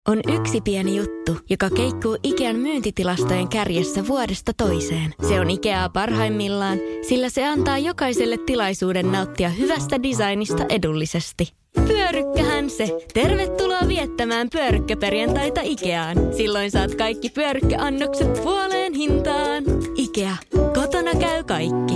On yksi pieni juttu, joka keikkuu Ikean myyntitilastojen kärjessä vuodesta toiseen. Se on Ikeaa parhaimmillaan, sillä se antaa jokaiselle tilaisuuden nauttia hyvästä designista edullisesti. Pyörykkähän se! Tervetuloa viettämään pyörykkäperjantaita Ikeaan. Silloin saat kaikki pyörykkäannokset puoleen hintaan. Ikea. Kotona käy kaikki.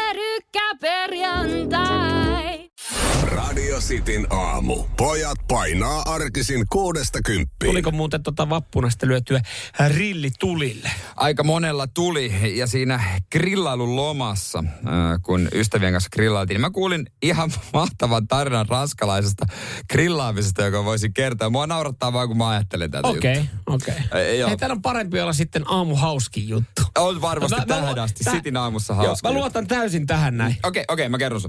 Pyörykkäperjantai! Radio Cityn aamu. Pojat painaa arkisin 6–10. Tuliko muuten vappuna sitten lyötyä rillitulille? Aika monella tuli ja siinä grillailun lomassa, kun ystävien kanssa grillailtiin, niin mä kuulin ihan mahtavan tarinan ranskalaisesta grillaamisesta, joka voisi kertoa. Mua naurattaa vaan, kun mä ajattelen tätä juttua. Okei. Hei, täällä on parempi olla sitten aamu hauskin juttu. On varmasti tähän asti. Cityn aamussa hauska. Mä luotan täysin tähän näin. Okei, mä kerron sun.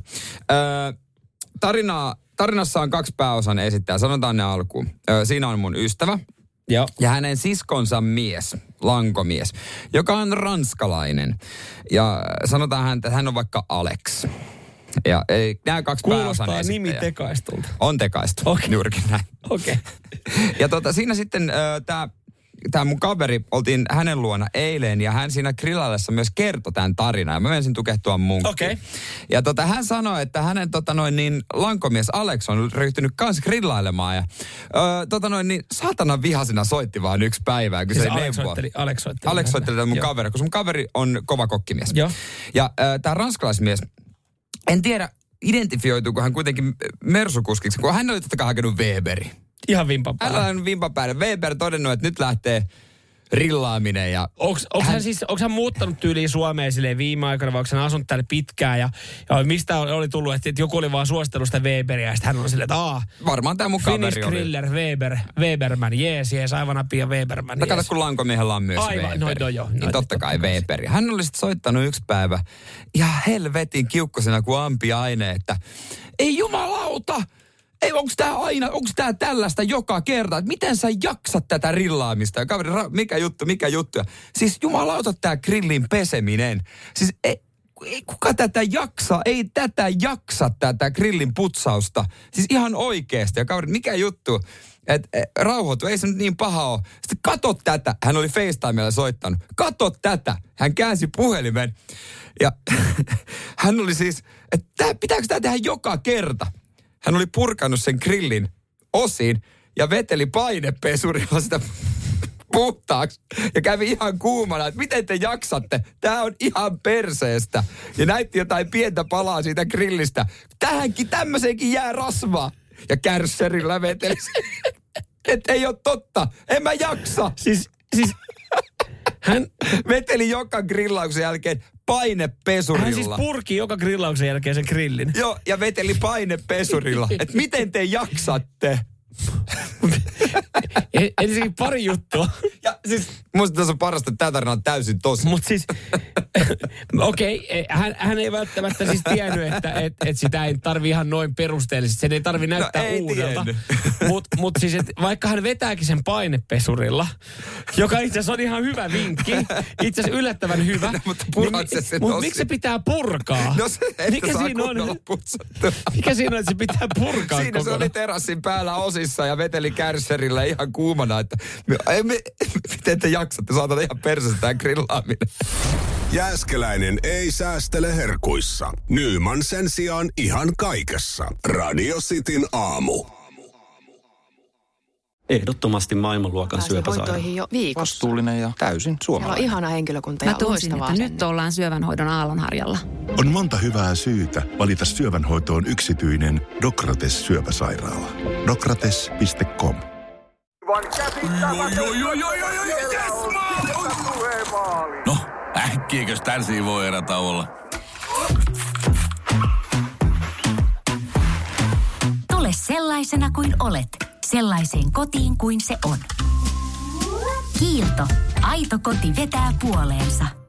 Tarinassa on 2 pääosan esittäjää. Sanotaan ne alkuun. Siinä on mun ystävä. Joo. Ja hänen siskonsa mies, lankomies, joka on ranskalainen. Ja sanotaan että hän on vaikka Alex. Ja nämä 2 pääosan esittäjää. Nimi tekaistulta. On tekaistu, juurikin näin. Okei. Ja siinä sitten tämä mun kaveri, oltiin hänen luona eilen ja hän siinä grillaillessa myös kertoi tämän tarinan. Ja mä menisin tukehtua munkkiin. Okei. Ja hän sanoi, että hänen lankomies Alex on ryhtynyt kans grillailemaan. Ja saatana vihasena soitti vaan 1 päivää. Kun siis se Alex soitteli mun kaveri, koska mun kaveri on kova kokkimies. Joo. Ja tämä ranskalaismies, en tiedä identifioituuko hän kuitenkin mersukuskiksi, kun hän oli totta kai hakenut Weberi. Ihan vimpan päälle. Hän on vimpan päälle. Weber todennut, että nyt lähtee rillaaminen. Ja onko hän muuttanut tyyliin Suomeen silleen viime aikoina, vai onko hän asunut täällä pitkään? Ja mistä oli tullut, että joku oli vaan suositellut sitä Weberia, ja sitten hän on silleen, että varmaan tämä mun kaveri oli. Finnish Griller, Weberman, jees, aivan apia Weberman, jees. Kato, kun lankomiehellä on myös aivan, Weber. Joo. Niin totta kai Weber. Hän oli sitten soittanut 1 päivä ihan helvetin kiukkosena kuin ampiaine, että ei jumalauta! Ei, onko tää tällaista joka kerta? Että miten sä jaksat tätä rillaamista? Ja kaveri, mikä juttu? Siis jumalauta tää grillin peseminen. Siis ei kuka tätä jaksa? Ei tätä jaksa tätä grillin putsausta. Siis ihan oikeesti. Ja kaveri, mikä juttu? Rauhoitu, ei se nyt niin paha ole. Sitten kato tätä. Hän oli FaceTimella soittanut. Kato tätä. Hän käänsi puhelimen. Ja hän oli siis, että pitääkö tää tehdä joka kerta? Hän oli purkanut sen grillin osiin ja veteli painepesurilla sitä puhtaaksi. Ja kävi ihan kuumana, että miten te jaksatte? Tää on ihan perseestä. Ja näytti jotain pientä palaa siitä grillistä. Tämmöiseenkin jää rasvaa. Ja kärsserillä veteli sen. Että ei ole totta. En mä jaksa. Siis hän veteli joka grillauksen jälkeen painepesurilla. Hän siis purki joka grillauksen jälkeen sen grillin. Joo, ja veteli painepesurilla. Että miten te jaksatte? Ensinnäkin pari juttua. Ja siis musta tässä on parasta, että tämä tarina on täysin tosi. Mutta siis, hän ei välttämättä siis tiennyt, että sitä ei tarvi ihan noin perusteellisesti. Sen ei tarvi näyttää uudelta. Mutta siis, vaikka hän vetääkin sen painepesurilla, joka itse asiassa on ihan hyvä vinkki, itse asiassa yllättävän hyvä. No, mutta miksi se pitää purkaa? No se, että saa kunnolla putsattua. Mikä siinä on, että se pitää purkaa siinä kokonaan? Se oli terassin päällä osissa ja veteli kärsserillä ihan kuumana, että miten te jaksatte, saatan ihan persestä tämä grillaaminen. Jääskeläinen ei säästele herkuissa. Nyman sen sijaan ihan kaikessa. Radio Cityn aamu. Ehdottomasti maailmanluokan syöpäsairaala. Hoitoihin jo viikossa. Vastuullinen ja täysin suomalainen. Siellä on ihana henkilökunta ja loistavaa. Että nyt ollaan syövänhoidon aallonharjalla. On monta hyvää syytä valita syövänhoitoon yksityinen Docrates syöpäsairaala. Docrates.com. No, äkkiäkös tän siivoo erätauolla? Tule sellaisena kuin olet, sellaiseen kotiin kuin se on. Kiilto. Aito koti vetää puoleensa.